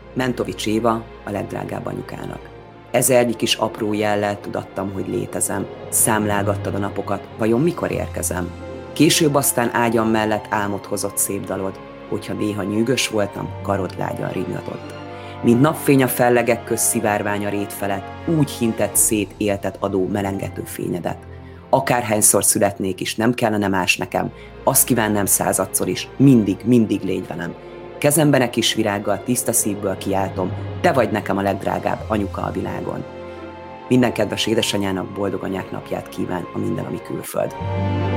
Mentovics Éva a legdrágább anyukának. Ezernyi kis apró jellel tudattam, hogy létezem. Számlálgattad a napokat, vajon mikor érkezem? Később aztán ágyam mellett álmot hozott szép dalod, hogyha néha nyűgös voltam, karod lágyan ringatott. Mint napfény a fellegek köz szivárvány a rét felett, úgy hintett szét éltet adó melengető fényedet. Akárhányszor születnék is, nem kellene más nekem, azt kívánnám századszor is, mindig légy velem. Kezemben egy kis virággal, tiszta szívből kiáltom, te vagy nekem a legdrágább anyuka a világon. Minden kedves édesanyának boldog anyák napját kíván a Minden, ami külföld.